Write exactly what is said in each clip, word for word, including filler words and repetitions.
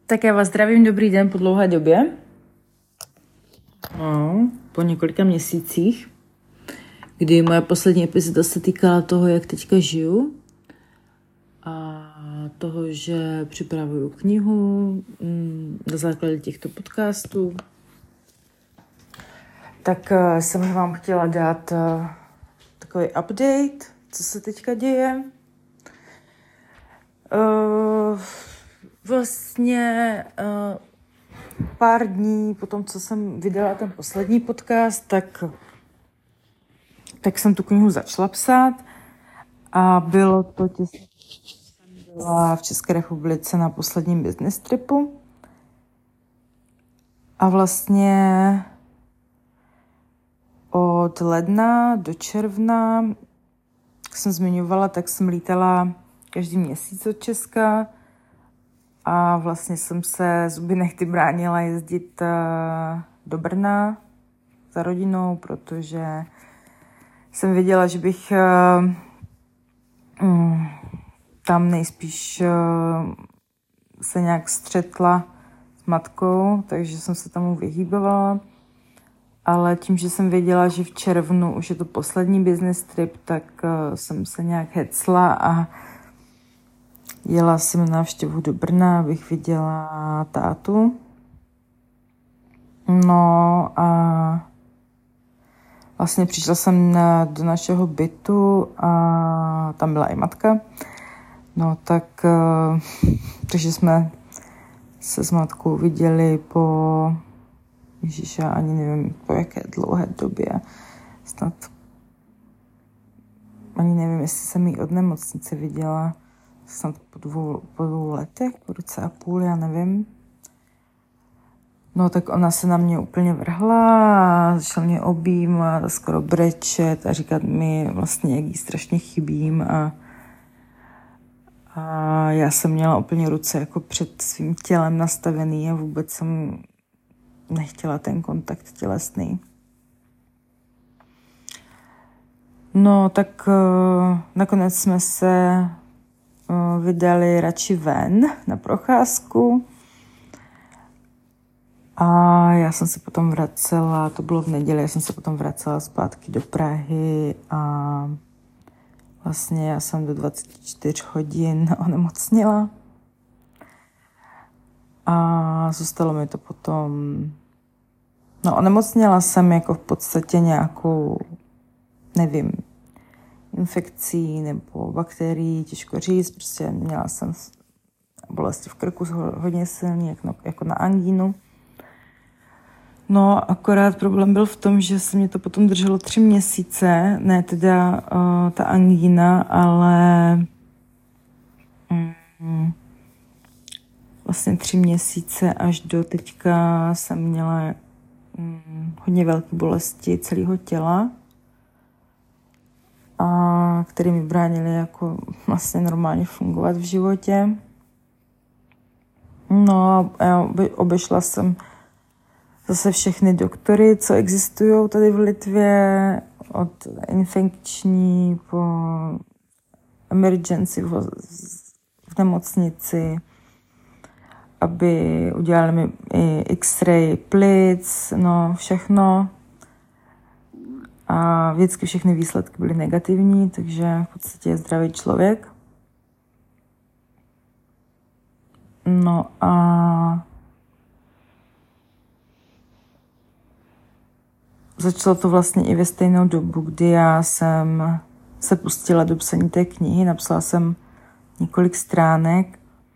Tak já vás zdravím, dobrý den po dlouhé době. No, po několika měsících, kdy moje poslední epizoda se týkala toho, jak teďka žiju a toho, že připravuju knihu na základě těchto podcastů. Tak jsem vám chtěla dát takový update, co se teďka děje. Uh, vlastně uh, pár dní po tom, co jsem vydala ten poslední podcast, tak, tak jsem tu knihu začala psát a bylo to těsně, jsem byla v České republice na posledním business tripu a vlastně od ledna do června, jak jsem zmiňovala, tak jsem lítala každý měsíc od Česka a vlastně jsem se zuby nechty bránila jezdit do Brna za rodinou, protože jsem věděla, že bych tam nejspíš se nějak střetla s matkou, takže jsem se tomu vyhýbovala. Ale tím, že jsem věděla, že v červnu už je to poslední business trip, tak jsem se nějak hecla a jela jsem na návštěvu do Brna, abych viděla tátu. No a vlastně přišla jsem na, do našeho bytu a tam byla i matka. No tak, takže jsme se s matkou viděli po, ježiša, ani nevím, po jaké dlouhé době. Snad, ani nevím, jestli jsem ji od nemocnice viděla. Snad po dvou, po dvou letech, po roce a půl, já nevím. No tak ona se na mě úplně vrhla, začala mě objímat a skoro brečet a říkat mi vlastně, jak jí strašně chybím a, a já jsem měla úplně ruce jako před svým tělem nastavený a vůbec jsem nechtěla ten kontakt tělesný. No tak uh, nakonec jsme se vydali radši ven na procházku a já jsem se potom vracela, to bylo v neděli, já jsem se potom vracela zpátky do Prahy a vlastně já jsem do dvacet čtyři hodin onemocnila a zůstalo mi to potom, no onemocnila jsem jako v podstatě nějakou, nevím, infekcí nebo bakterií, těžko říct, prostě měla jsem bolesti v krku hodně silný, jako na, jako na angínu. No, akorát problém byl v tom, že se mě to potom drželo tři měsíce, ne teda uh, ta angína, ale um, vlastně tři měsíce až do teďka jsem měla um, hodně velké bolesti celého těla, a které mi bránily jako vlastně normálně fungovat v životě. No a já obešla jsem zase všechny doktory, co existují tady v Litvě, od infekční po emergency v, v nemocnici, aby udělali mi i X-ray plic, no všechno. A vždycky všechny výsledky byly negativní, takže v podstatě je zdravý člověk. No a začalo to vlastně i ve stejnou dobu, kdy já jsem se pustila do psaní té knihy. Napsala jsem několik stránek,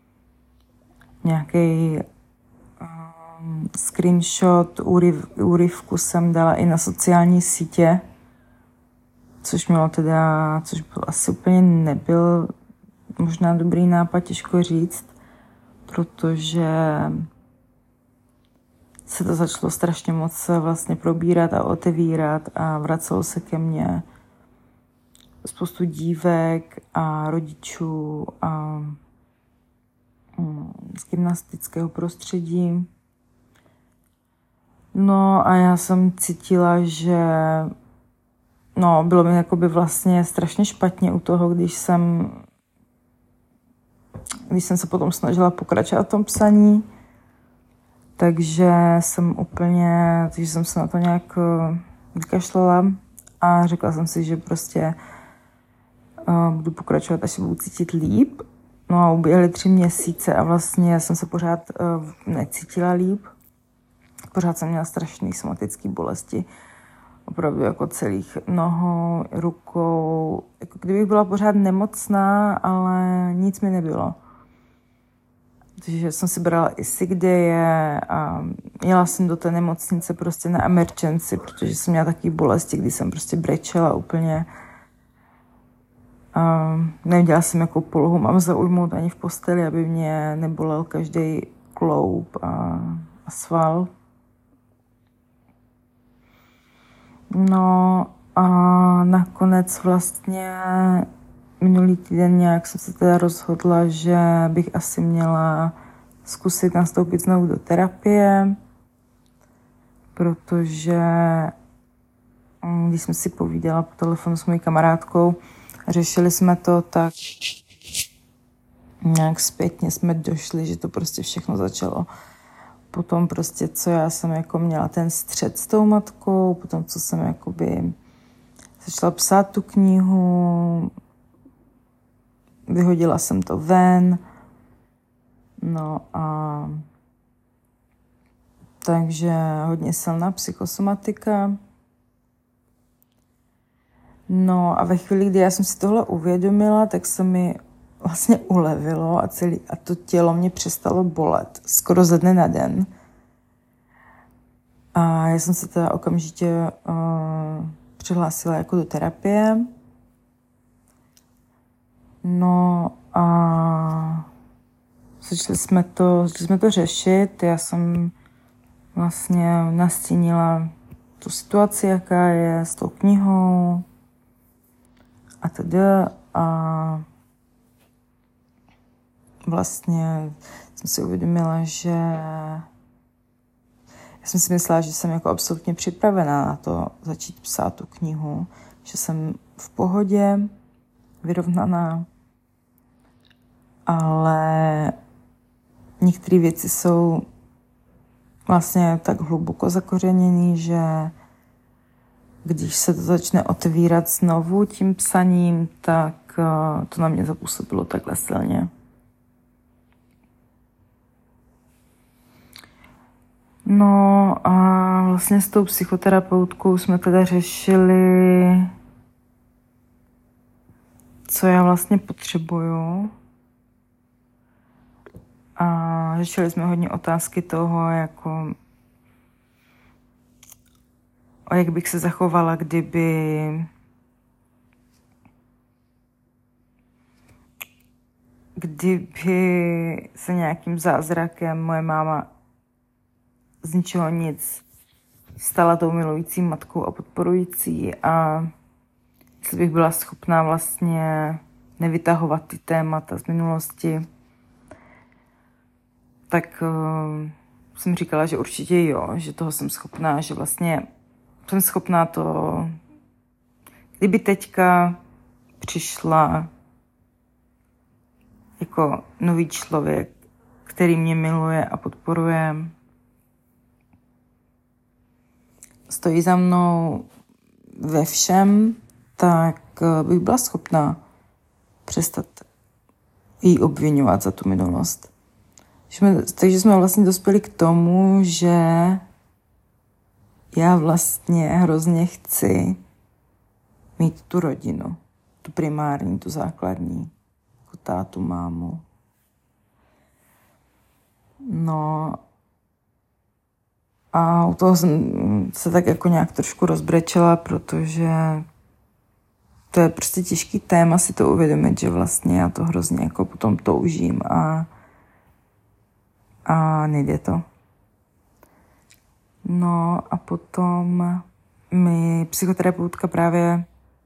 nějaký um, screenshot, úryv, úryvku jsem dala i na sociální sítě, což mělo teda, což byl asi úplně nebyl možná dobrý nápad, těžko říct, protože se to začalo strašně moc vlastně probírat a otevírat a vracelo se ke mně spoustu dívek a rodičů a z gymnastického prostředí. No a já jsem cítila, že no, bylo mi jakoby vlastně strašně špatně u toho, když jsem když jsem se potom snažila pokračovat v tom psaní, Takže jsem úplně, takže jsem se na to nějak vykašlala a řekla jsem si, že prostě uh, budu pokračovat, až se budu cítit líp. No a uběhly tři měsíce a vlastně jsem se pořád uh, necítila líp. Pořád jsem měla strašné somatické bolesti. Opravdu jako celých nohou, rukou. Jako kdybych byla pořád nemocná, ale nic mi nebylo. Takže jsem si brala i sick daye a jela jsem do té nemocnice prostě na emergency, protože jsem měla taky bolesti, kdy jsem prostě brečela úplně. A nevěděla jsem, jakou polohu mám zaujmout ani v posteli, aby mě nebolel každý kloub a, a sval. No a nakonec vlastně minulý týden nějak jsem se teda rozhodla, že bych asi měla zkusit nastoupit znovu do terapie, protože když jsem si povídala po telefonu s mojí kamarádkou, řešili jsme to, tak nějak zpětně jsme došli, že to prostě všechno začalo. Potom prostě, co já jsem jako měla ten střet s tou matkou, potom, co jsem jakoby začala psát tu knihu, vyhodila jsem to ven, no a takže hodně silná psychosomatika. No a ve chvíli, kdy já jsem si tohle uvědomila, tak se mi vlastně ulevilo a, celý, a to tělo mě přestalo bolet skoro ze dne na den. A já jsem se teda okamžitě uh, přihlásila jako do terapie. No a začali jsme to, začali jsme to řešit. Já jsem vlastně nastínila tu situaci, jaká je s tou knihou a teda a vlastně jsem si uvědomila, že já jsem si myslela, že jsem jako absolutně připravená na to začít psát tu knihu, že jsem v pohodě, vyrovnaná, ale některé věci jsou vlastně tak hluboko zakořeněné, že když se to začne otevírat znovu tím psaním, tak to na mě zapůsobilo takhle silně. No a vlastně s tou psychoterapeutkou jsme teda řešili, co já vlastně potřebuju. A řešili jsme hodně otázky toho, jako o jak bych se zachovala, kdyby kdyby se nějakým zázrakem moje máma z ničeho nic stala tou milující matkou a podporující a jestli bych byla schopná vlastně nevytahovat ty témata z minulosti, tak uh, jsem říkala, že určitě jo, že toho jsem schopná, že vlastně jsem schopná to, kdyby teďka přišla jako nový člověk, který mě miluje a podporuje, stojí za mnou ve všem, tak bych byla schopná přestat jí obviňovat za tu minulost. Takže jsme vlastně dospěli k tomu, že já vlastně hrozně chci mít tu rodinu, tu primární, tu základní, jako tátu, mámu. No a u toho jsem se tak jako nějak trošku rozbrečela, protože to je prostě těžký téma si to uvědomit, že vlastně já to hrozně jako potom toužím a, a nejde to. No a potom mi psychoterapeutka právě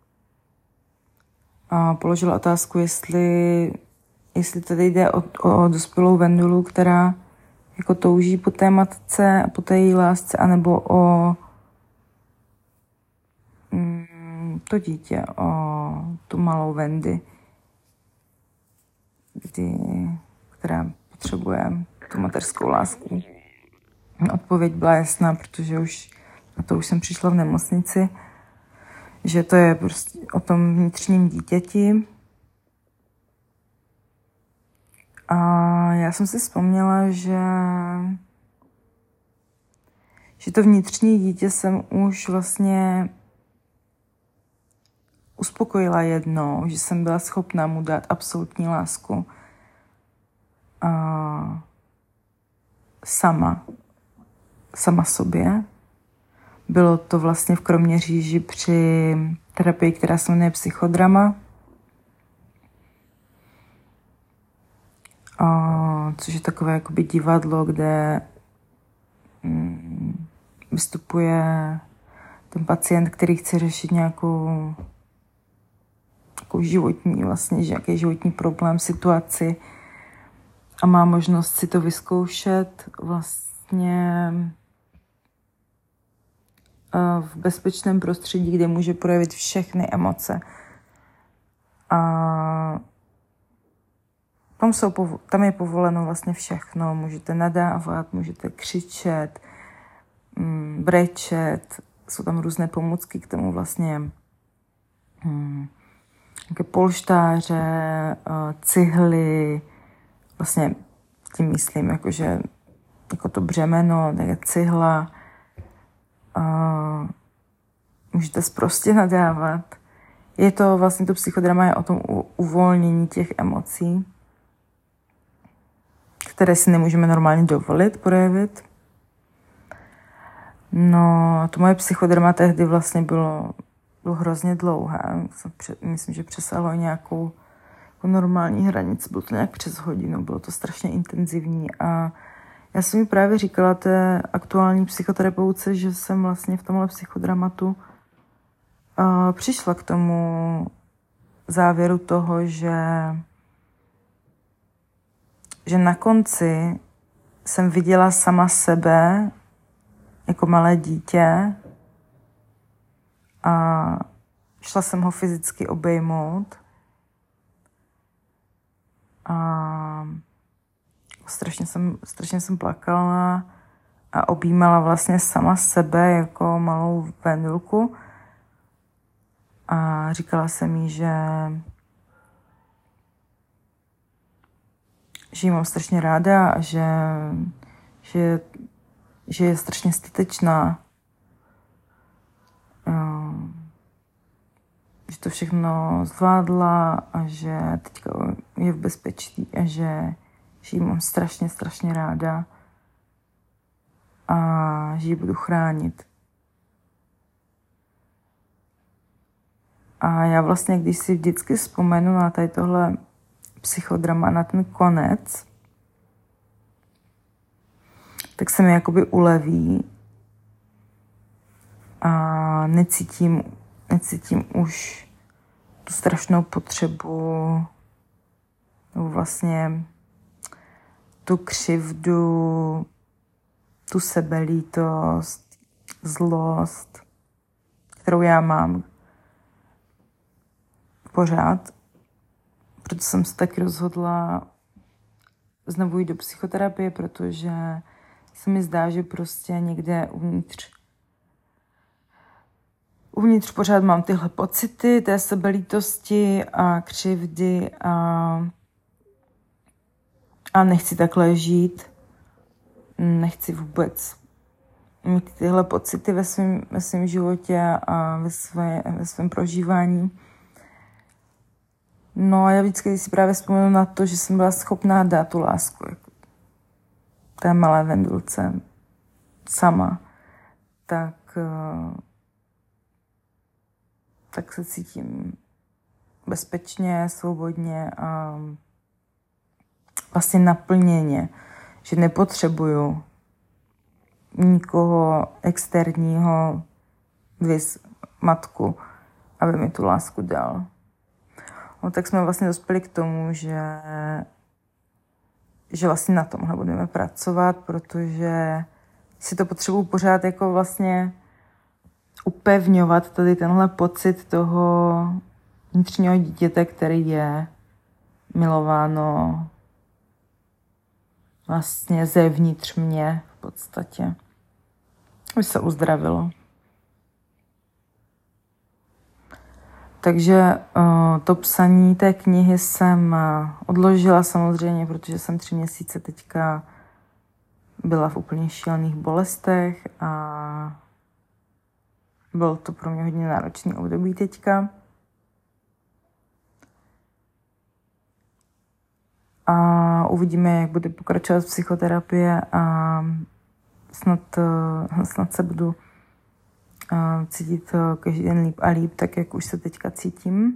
položila otázku, jestli, jestli tady jde o, o dospělou Vendulu, která jako touží po té matce a po té její lásce, anebo o mm, to dítě, o tu malou Wendy, kdy, která potřebuje tu mateřskou lásku. odpověď byla jasná, protože už na to už jsem přišla v nemocnici, že to je prostě o tom vnitřním dítěti. A já jsem si vzpomněla, že, že to vnitřní dítě jsem už vlastně uspokojila jednou, že jsem byla schopná mu dát absolutní lásku. A sama. Sama sobě. Bylo to vlastně v Kroměříži při terapii, která se jmenuje psychodrama. A, což je takové jakoby divadlo, kde mm, vystupuje ten pacient, který chce řešit nějakou, nějakou životní, vlastně nějaký životní problém, situaci a má možnost si to vyzkoušet vlastně v bezpečném prostředí, kde může projevit všechny emoce. A tam, jsou, tam je povoleno vlastně všechno. Můžete nadávat, můžete křičet, brečet. Jsou tam různé pomůcky k tomu vlastně. Hmm, nějaké polštáře, cihly. Vlastně tím myslím, jakože jako to břemeno, také cihla. Uh, můžete sprostě nadávat. Je to vlastně, to psychodrama je o tom uvolnění těch emocí, které si nemůžeme normálně dovolit projevit. No, to moje psychodrama tehdy vlastně bylo, bylo hrozně dlouhé. Myslím, že přesáhlo nějakou jako normální hranici. Bylo to nějak přes hodinu, bylo to strašně intenzivní a já jsem mi právě říkala té aktuální psychoterapeutce, že jsem vlastně v tomhle psychodramatu uh, přišla k tomu závěru toho, že, že na konci jsem viděla sama sebe jako malé dítě a šla jsem ho fyzicky obejmout a Strašně jsem, strašně jsem plakala a objímala vlastně sama sebe jako malou vendulku. A říkala jsem jí, že, že jí mám strašně ráda a že, že, že je strašně statečná. Že to všechno zvládla a že teďka je v bezpečí a že že ji mám strašně, strašně ráda a že ji budu chránit. A já vlastně, když si vždycky vzpomenu na tady tohle psychodrama, na ten konec, tak se mi jakoby uleví a necítím, necítím už tu strašnou potřebu nebo vlastně tu křivdu, tu sebelítost, zlost, kterou já mám pořád. Proto jsem se taky rozhodla znovu jít do psychoterapie, protože se mi zdá, že prostě někde uvnitř uvnitř pořád mám tyhle pocity té sebelítosti a křivdy a A nechci takhle žít. Nechci vůbec mít tyhle pocity ve svém, ve svém životě a ve, své, ve svém prožívání. No a já vždycky si právě vzpomenu na to, že jsem byla schopná dát tu lásku jako té malé vendulce sama. Tak, tak se cítím bezpečně, svobodně a vlastně naplněně, že nepotřebuju nikoho externího, vys matku, aby mi tu lásku dal. No, tak jsme vlastně dospěli k tomu, že, že vlastně na tomhle budeme pracovat, protože si to potřebuji pořád jako vlastně upevňovat tady tenhle pocit toho vnitřního dítěte, který je milováno vlastně zevnitř mě, podstatě. Už se uzdravilo. Takže uh, to psaní té knihy jsem uh, odložila samozřejmě, protože jsem tři měsíce teďka byla v úplně šílených bolestech a bylo to pro mě hodně náročný období teďka. A uvidíme, jak bude pokračovat psychoterapie a snad, uh, snad se budu uh, cítit uh, každý den líp a líp, tak jak už se teďka cítím.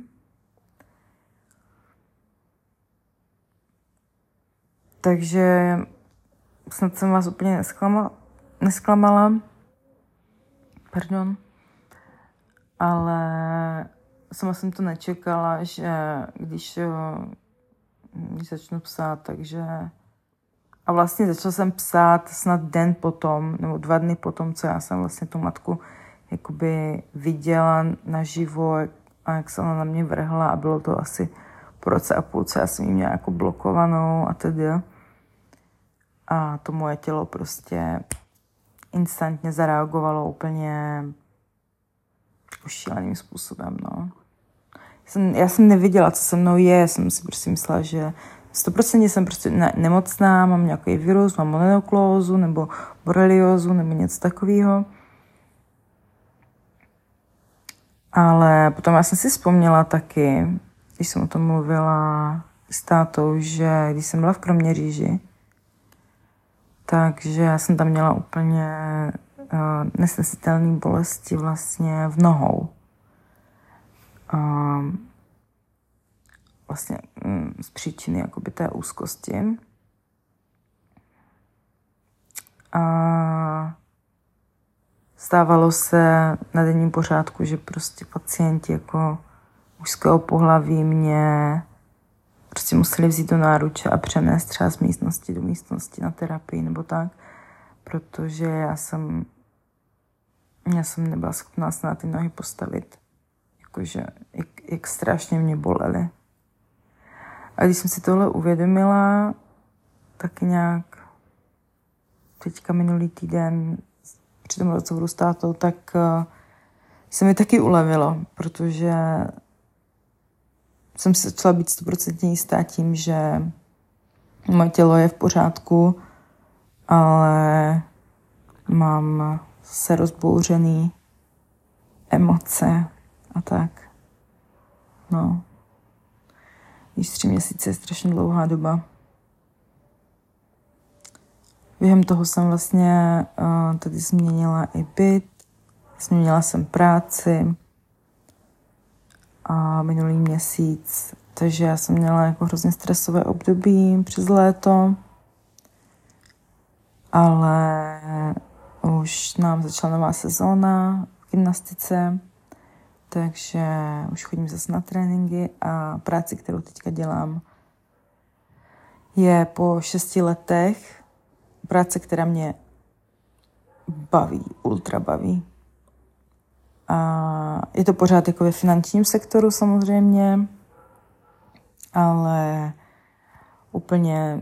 Takže snad jsem vás úplně nesklamala, nesklamala. Pardon. Ale sama jsem to nečekala, že když, když začnu psát, takže... A vlastně začala jsem psát snad den potom, nebo dva dny potom, co já jsem vlastně tu matku jakoby viděla naživo a jak se ona na mě vrhla a bylo to asi po roce a půl, co já jsem jí měla jako blokovanou a tedy. A to moje tělo prostě instantně zareagovalo úplně jako šíleným způsobem, no. Já jsem, já jsem nevěděla, co se mnou je, já jsem si prostě myslela, že sto procent jsem prostě ne- nemocná, mám nějaký virus, mám mononukleózu nebo boreliózu nebo něco takového. Ale potom já jsem si vzpomněla taky, když jsem o tom mluvila s tátou, že když jsem byla v Kroměříži, takže já jsem tam měla úplně uh, nesnesitelné bolesti vlastně v nohou. Uh, vlastně um, z příčiny jakoby té úzkosti. A stávalo se na denním pořádku, že prostě pacienti jako mužského pohlaví mě prostě museli vzít do náruče a přenést třeba z místnosti do místnosti na terapii nebo tak, protože já jsem, já jsem nebyla schopná se na ty nohy postavit. Jakože, jak, jak strašně mě bolely. A když jsem si tohle uvědomila, tak nějak teďka minulý týden při tom rozhovoru s tátou, tak uh, se mi taky ulevilo, protože jsem se začala být stoprocentně jistá tím, že moje tělo je v pořádku, ale mám se rozbouřený emoce a tak. No. Již tři měsíce je strašně dlouhá doba. Během toho jsem vlastně uh, tady změnila i byt, změnila jsem práci a minulý měsíc, takže já jsem měla jako hrozně stresové období přes léto, ale už nám začala nová sezóna v gymnastice, takže už chodím zase na tréninky a práci, kterou teďka dělám, je po šesti letech práce, která mě baví, ultra baví. A je to pořád jako ve finančním sektoru samozřejmě, ale úplně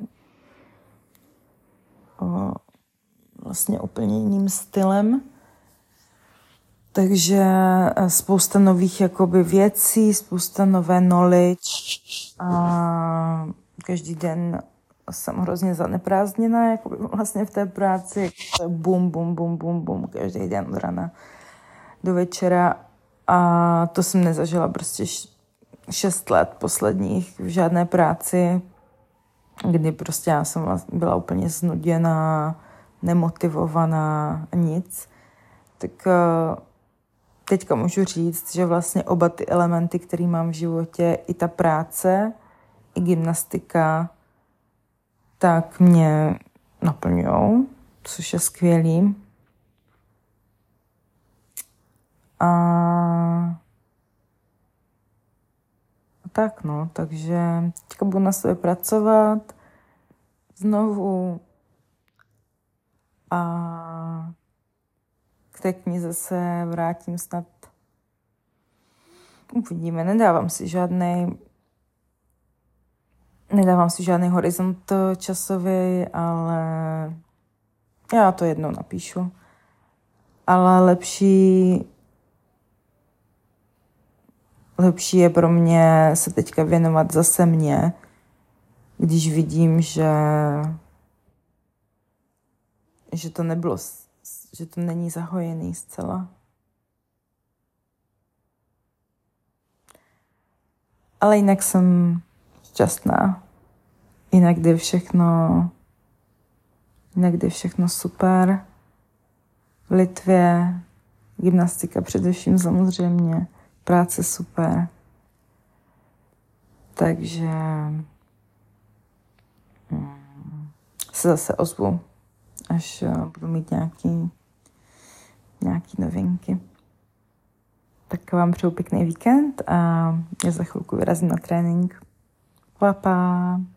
o, vlastně úplně jiným stylem. Takže spousta nových jakoby věcí, spousta nové knowledge a každý den jsem hrozně zaneprázdněná jakoby vlastně v té práci. Bum, bum, bum, bum, bum, každý den od rana do večera a to jsem nezažila prostě šest let posledních v žádné práci, kdy prostě já jsem byla úplně znuděná, nemotivovaná, nic. Tak teďka můžu říct, že vlastně oba ty elementy, které mám v životě, i ta práce, i gymnastika, tak mě naplňujou, což je skvělý. A tak no, takže teďka budu na sebe pracovat znovu a k té knize se vrátím snad. Uvidíme, nedávám si žádný nedávám si žádný horizont časový, ale Já to jednou napíšu. Ale lepší lepší je pro mě se teďka věnovat zase mně, když vidím, že že to nebylo, že to není zahojený zcela. Ale jinak jsem šťastná. Jinak jde všechno, jinak jde všechno super. V Litvě, gymnastika především samozřejmě, práce super. Takže hmm, se zase ozvu, až budu mít nějaký, nějaký novinky. Tak vám přeju pěkný víkend a já za chvilku vyrazím na trénink. Pa, pa.